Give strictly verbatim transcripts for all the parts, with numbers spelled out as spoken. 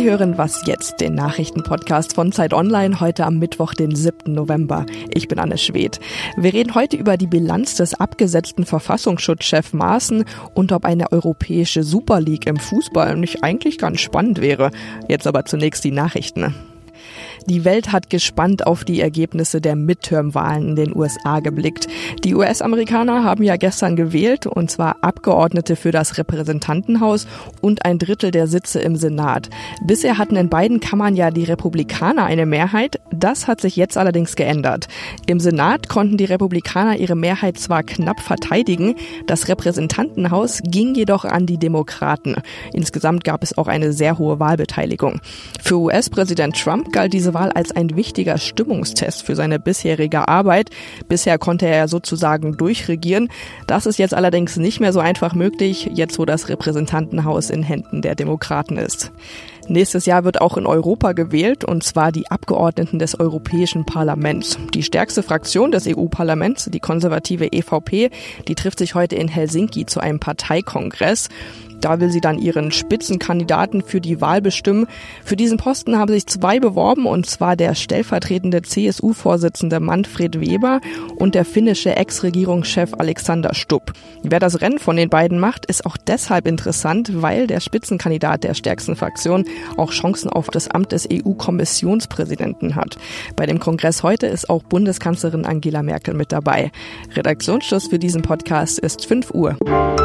hören Was jetzt, den Nachrichtenpodcast von Zeit Online, heute am Mittwoch, den siebten November. Ich bin Anne Schwedt. Wir reden heute über die Bilanz des abgesetzten Verfassungsschutzchefs Maaßen und ob eine europäische Super League im Fußball nicht eigentlich ganz spannend wäre. Jetzt aber zunächst die Nachrichten. Die Welt hat gespannt auf die Ergebnisse der Midterm-Wahlen in den U S A geblickt. Die U S-Amerikaner haben ja gestern gewählt, und zwar Abgeordnete für das Repräsentantenhaus und ein Drittel der Sitze im Senat. Bisher hatten in beiden Kammern ja die Republikaner eine Mehrheit. Das hat sich jetzt allerdings geändert. Im Senat konnten die Republikaner ihre Mehrheit zwar knapp verteidigen, das Repräsentantenhaus ging jedoch an die Demokraten. Insgesamt gab es auch eine sehr hohe Wahlbeteiligung. Für U S-Präsident Trump galt diese Wahl als ein wichtiger Stimmungstest für seine bisherige Arbeit. Bisher konnte er sozusagen durchregieren. Das ist jetzt allerdings nicht mehr so einfach möglich, jetzt wo das Repräsentantenhaus in Händen der Demokraten ist. Nächstes Jahr wird auch in Europa gewählt, und zwar die Abgeordneten des Europäischen Parlaments. Die stärkste Fraktion des E U-Parlaments, die konservative E V P, die trifft sich heute in Helsinki zu einem Parteikongress. Da will sie dann ihren Spitzenkandidaten für die Wahl bestimmen. Für diesen Posten haben sich zwei beworben, und zwar der stellvertretende C S U-Vorsitzende Manfred Weber und der finnische Ex-Regierungschef Alexander Stubb. Wer das Rennen von den beiden macht, ist auch deshalb interessant, weil der Spitzenkandidat der stärksten Fraktion auch Chancen auf das Amt des E U-Kommissionspräsidenten hat. Bei dem Kongress heute ist auch Bundeskanzlerin Angela Merkel mit dabei. Redaktionsschluss für diesen Podcast ist fünf Uhr.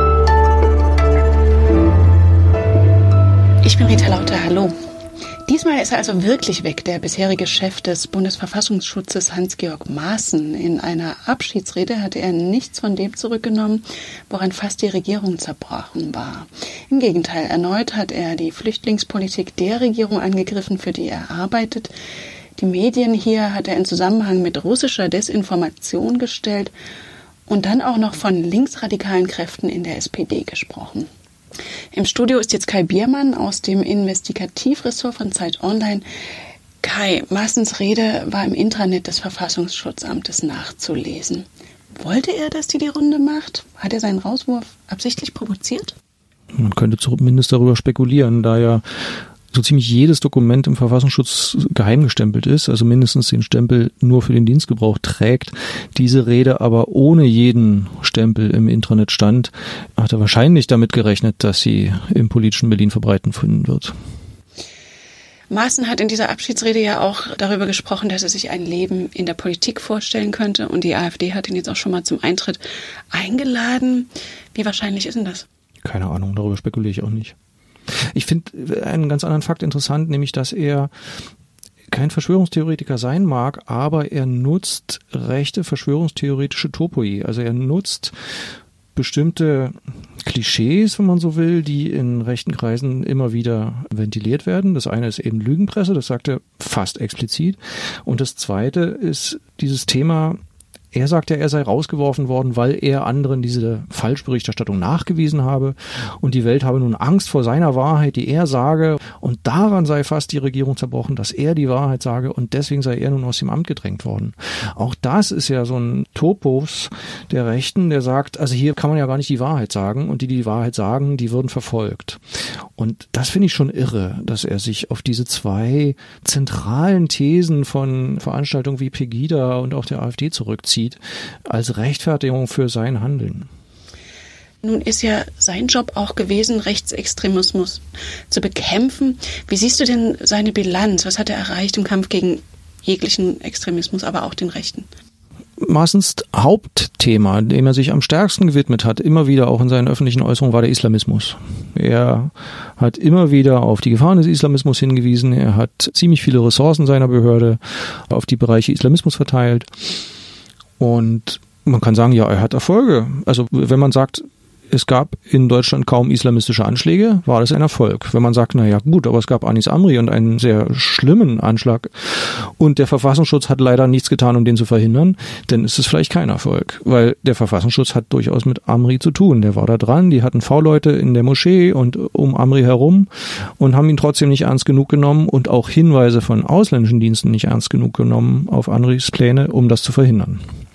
Ich bin Rita Lauter, hallo. Diesmal ist er also wirklich weg, der bisherige Chef des Bundesverfassungsschutzes Hans-Georg Maaßen. In einer Abschiedsrede hatte er nichts von dem zurückgenommen, woran fast die Regierung zerbrochen war. Im Gegenteil, erneut hat er die Flüchtlingspolitik der Regierung angegriffen, für die er arbeitet. Die Medien hier hat er in Zusammenhang mit russischer Desinformation gestellt und dann auch noch von linksradikalen Kräften in der S P D gesprochen. Im Studio ist jetzt Kai Biermann aus dem Investigativressort von Zeit Online. Kai, Maaßens Rede war im Intranet des Verfassungsschutzamtes nachzulesen. Wollte er, dass die die Runde macht? Hat er seinen Rauswurf absichtlich provoziert? Man könnte zumindest darüber spekulieren, da ja so ziemlich jedes Dokument im Verfassungsschutz geheim gestempelt ist, also mindestens den Stempel nur für den Dienstgebrauch trägt. Diese Rede aber ohne jeden Stempel im Intranet stand, hat er wahrscheinlich damit gerechnet, dass sie im politischen Berlin verbreitet finden wird. Maaßen hat in dieser Abschiedsrede ja auch darüber gesprochen, dass er sich ein Leben in der Politik vorstellen könnte, und die AfD hat ihn jetzt auch schon mal zum Eintritt eingeladen. Wie wahrscheinlich ist denn das? Keine Ahnung, darüber spekuliere ich auch nicht. Ich finde einen ganz anderen Fakt interessant, nämlich, dass er kein Verschwörungstheoretiker sein mag, aber er nutzt rechte verschwörungstheoretische Topoi. Also er nutzt bestimmte Klischees, wenn man so will, die in rechten Kreisen immer wieder ventiliert werden. Das eine ist eben Lügenpresse, das sagt er fast explizit. Und das zweite ist dieses Thema: Er sagt ja, er sei rausgeworfen worden, weil er anderen diese Falschberichterstattung nachgewiesen habe, und die Welt habe nun Angst vor seiner Wahrheit, die er sage, und daran sei fast die Regierung zerbrochen, dass er die Wahrheit sage, und deswegen sei er nun aus dem Amt gedrängt worden. Auch das ist ja so ein Topos der Rechten, der sagt, also hier kann man ja gar nicht die Wahrheit sagen, und die, die die Wahrheit sagen, die würden verfolgt. Und das finde ich schon irre, dass er sich auf diese zwei zentralen Thesen von Veranstaltungen wie Pegida und auch der AfD zurückzieht, als Rechtfertigung für sein Handeln. Nun ist ja sein Job auch gewesen, Rechtsextremismus zu bekämpfen. Wie siehst du denn seine Bilanz? Was hat er erreicht im Kampf gegen jeglichen Extremismus, aber auch den Rechten? Maaßens Hauptthema, dem er sich am stärksten gewidmet hat, immer wieder auch in seinen öffentlichen Äußerungen, war der Islamismus. Er hat immer wieder auf die Gefahren des Islamismus hingewiesen. Er hat ziemlich viele Ressourcen seiner Behörde auf die Bereiche Islamismus verteilt. Und man kann sagen, ja, er hat Erfolge. Also wenn man sagt, es gab in Deutschland kaum islamistische Anschläge, war das ein Erfolg. Wenn man sagt, na ja, gut, aber es gab Anis Amri und einen sehr schlimmen Anschlag und der Verfassungsschutz hat leider nichts getan, um den zu verhindern, dann ist es vielleicht kein Erfolg, weil der Verfassungsschutz hat durchaus mit Amri zu tun. Der war da dran, die hatten V-Leute in der Moschee und um Amri herum und haben ihn trotzdem nicht ernst genug genommen und auch Hinweise von ausländischen Diensten nicht ernst genug genommen auf Amris Pläne, um das zu verhindern.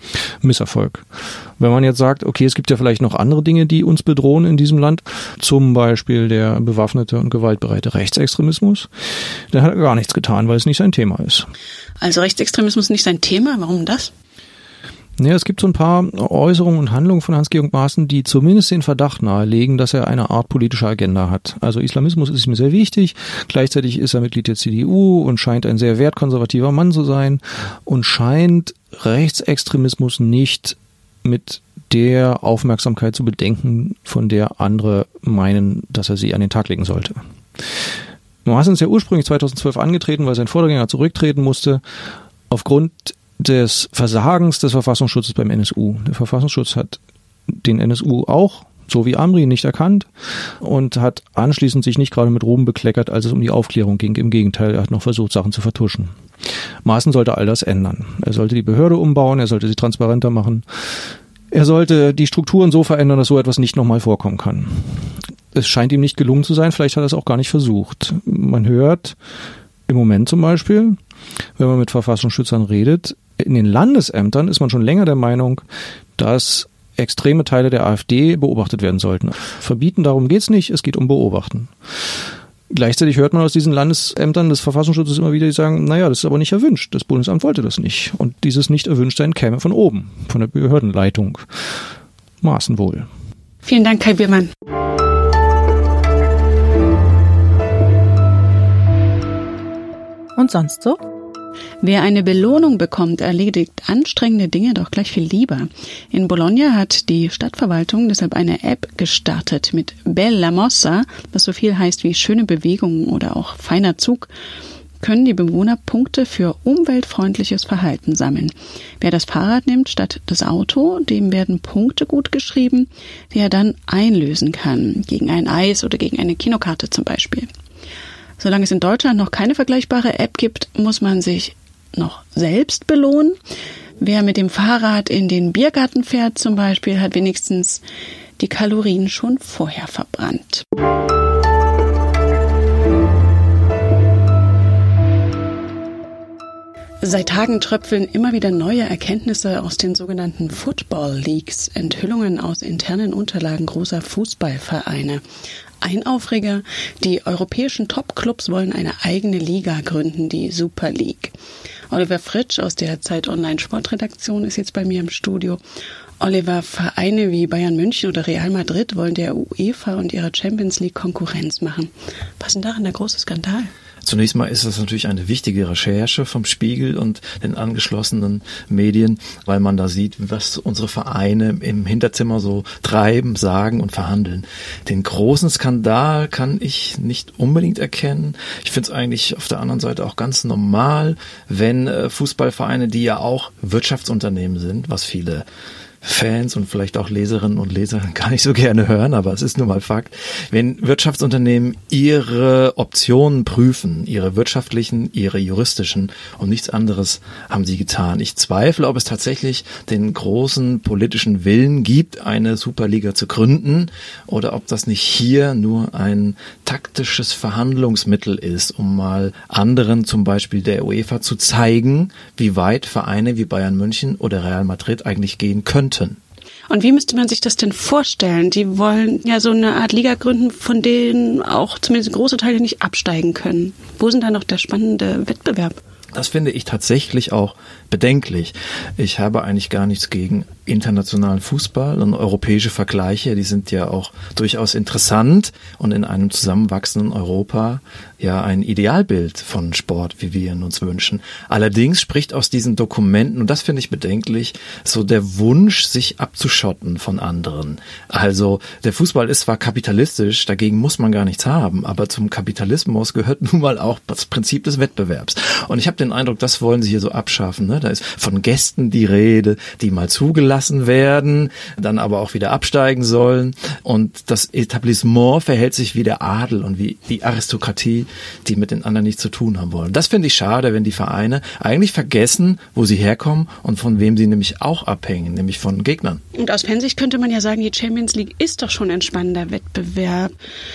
Misserfolg. Wenn man jetzt sagt, okay, es gibt ja vielleicht noch andere Dinge, die uns bedrohen in diesem Land, zum Beispiel der bewaffnete und gewaltbereite Rechtsextremismus, dann hat er gar nichts getan, weil es nicht sein Thema ist. Also Rechtsextremismus nicht sein Thema? Warum das? Ja, es gibt so ein paar Äußerungen und Handlungen von Hans-Georg Maaßen, die zumindest den Verdacht nahelegen, dass er eine Art politische Agenda hat. Also Islamismus ist ihm sehr wichtig, gleichzeitig ist er Mitglied der C D U und scheint ein sehr wertkonservativer Mann zu sein und scheint Rechtsextremismus nicht mit der Aufmerksamkeit zu bedenken, von der andere meinen, dass er sie an den Tag legen sollte. Maaßen ist ja ursprünglich zweitausendzwölf angetreten, weil sein Vorgänger zurücktreten musste, aufgrund des Versagens des Verfassungsschutzes beim N S U. Der Verfassungsschutz hat den N S U auch, so wie Amri, nicht erkannt und hat anschließend sich nicht gerade mit Ruhm bekleckert, als es um die Aufklärung ging. Im Gegenteil, er hat noch versucht, Sachen zu vertuschen. Maaßen sollte all das ändern. Er sollte die Behörde umbauen, er sollte sie transparenter machen. Er sollte die Strukturen so verändern, dass so etwas nicht nochmal vorkommen kann. Es scheint ihm nicht gelungen zu sein, vielleicht hat er es auch gar nicht versucht. Man hört im Moment zum Beispiel, wenn man mit Verfassungsschützern redet, in den Landesämtern ist man schon länger der Meinung, dass extreme Teile der AfD beobachtet werden sollten. Verbieten, darum geht's nicht, es geht um Beobachten. Gleichzeitig hört man aus diesen Landesämtern des Verfassungsschutzes immer wieder, die sagen, naja, das ist aber nicht erwünscht, das Bundesamt wollte das nicht. Und dieses Nicht-Erwünschtsein käme von oben, von der Behördenleitung. Maaßen wohl. Vielen Dank, Kai Biermann. Und sonst so? Wer eine Belohnung bekommt, erledigt anstrengende Dinge doch gleich viel lieber. In Bologna hat die Stadtverwaltung deshalb eine App gestartet mit Bella Mossa, was so viel heißt wie schöne Bewegung oder auch feiner Zug, können die Bewohner Punkte für umweltfreundliches Verhalten sammeln. Wer das Fahrrad nimmt statt das Auto, dem werden Punkte gut geschrieben, die er dann einlösen kann, gegen ein Eis oder gegen eine Kinokarte zum Beispiel. Solange es in Deutschland noch keine vergleichbare App gibt, muss man sich noch selbst belohnen. Wer mit dem Fahrrad in den Biergarten fährt zum Beispiel, hat wenigstens die Kalorien schon vorher verbrannt. Seit Tagen tröpfeln immer wieder neue Erkenntnisse aus den sogenannten Football Leagues, Enthüllungen aus internen Unterlagen großer Fußballvereine. Ein Aufreger, die europäischen Top-Clubs wollen eine eigene Liga gründen, die Super League. Oliver Fritsch aus der Zeit Online Sportredaktion ist jetzt bei mir im Studio. Oliver, Vereine wie Bayern München oder Real Madrid wollen der UEFA und ihrer Champions League Konkurrenz machen. Was ist denn daran der große Skandal? Zunächst mal ist das natürlich eine wichtige Recherche vom Spiegel und den angeschlossenen Medien, weil man da sieht, was unsere Vereine im Hinterzimmer so treiben, sagen und verhandeln. Den großen Skandal kann ich nicht unbedingt erkennen. Ich finde es eigentlich auf der anderen Seite auch ganz normal, wenn Fußballvereine, die ja auch Wirtschaftsunternehmen sind, was viele Fans und vielleicht auch Leserinnen und Leser gar nicht so gerne hören, aber es ist nun mal Fakt. Wenn Wirtschaftsunternehmen ihre Optionen prüfen, ihre wirtschaftlichen, ihre juristischen und nichts anderes haben sie getan. Ich zweifle, ob es tatsächlich den großen politischen Willen gibt, eine Superliga zu gründen oder ob das nicht hier nur ein taktisches Verhandlungsmittel ist, um mal anderen, zum Beispiel der UEFA, zu zeigen, wie weit Vereine wie Bayern München oder Real Madrid eigentlich gehen könnten. Und wie müsste man sich das denn vorstellen? Die wollen ja so eine Art Liga gründen, von denen auch zumindest große Teile nicht absteigen können. Wo sind da noch der spannende Wettbewerb? Das finde ich tatsächlich auch bedenklich. Ich habe eigentlich gar nichts gegen internationalen Fußball und europäische Vergleiche. Die sind ja auch durchaus interessant und in einem zusammenwachsenden Europa ja ein Idealbild von Sport, wie wir ihn uns wünschen. Allerdings spricht aus diesen Dokumenten, und das finde ich bedenklich, so der Wunsch, sich abzuschotten von anderen. Also der Fußball ist zwar kapitalistisch, dagegen muss man gar nichts haben, aber zum Kapitalismus gehört nun mal auch das Prinzip des Wettbewerbs. Und ich habe den Eindruck, das wollen sie hier so abschaffen. Ne? Da ist von Gästen die Rede, die mal zugelassen werden, dann aber auch wieder absteigen sollen. Und das Etablissement verhält sich wie der Adel und wie die Aristokratie, die mit den anderen nichts zu tun haben wollen. Das finde ich schade, wenn die Vereine eigentlich vergessen, wo sie herkommen und von wem sie nämlich auch abhängen, nämlich von Gegnern. Und aus Fansicht könnte man ja sagen, die Champions League ist doch schon ein spannender Wettbewerb.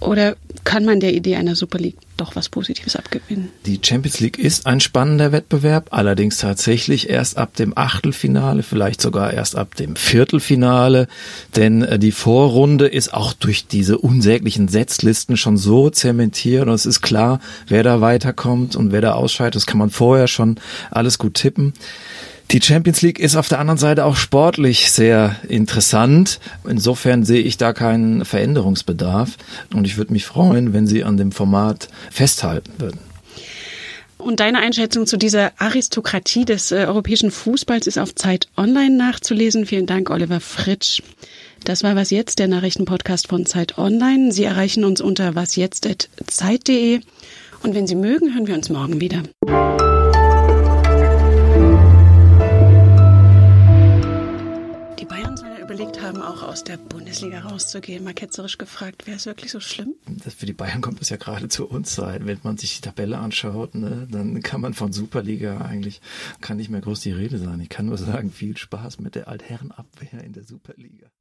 Oder kann man der Idee einer Super League doch was Positives abgewinnen? Die Champions League ist ein spannender Wettbewerb, allerdings tatsächlich erst ab dem Achtelfinale, vielleicht sogar erst ab dem Viertelfinale, denn die Vorrunde ist auch durch diese unsäglichen Setzlisten schon so zementiert und es ist klar, wer da weiterkommt und wer da ausscheidet. Das kann man vorher schon alles gut tippen. Die Champions League ist auf der anderen Seite auch sportlich sehr interessant. Insofern sehe ich da keinen Veränderungsbedarf. Und ich würde mich freuen, wenn Sie an dem Format festhalten würden. Und deine Einschätzung zu dieser Aristokratie des äh, europäischen Fußballs ist auf Zeit Online nachzulesen. Vielen Dank, Oliver Fritsch. Das war Was Jetzt, der Nachrichtenpodcast von Zeit Online. Sie erreichen uns unter wasjetzt punkt zeit punkt de. Und wenn Sie mögen, hören wir uns morgen wieder. Überlegt haben, auch aus der Bundesliga rauszugehen. Mal ketzerisch gefragt, wäre es wirklich so schlimm? Das für die Bayern kommt es ja gerade zu uns sein. Wenn man sich die Tabelle anschaut, ne, dann kann man von Superliga eigentlich, kann nicht mehr groß die Rede sein. Ich kann nur sagen, viel Spaß mit der Altherrenabwehr in der Superliga.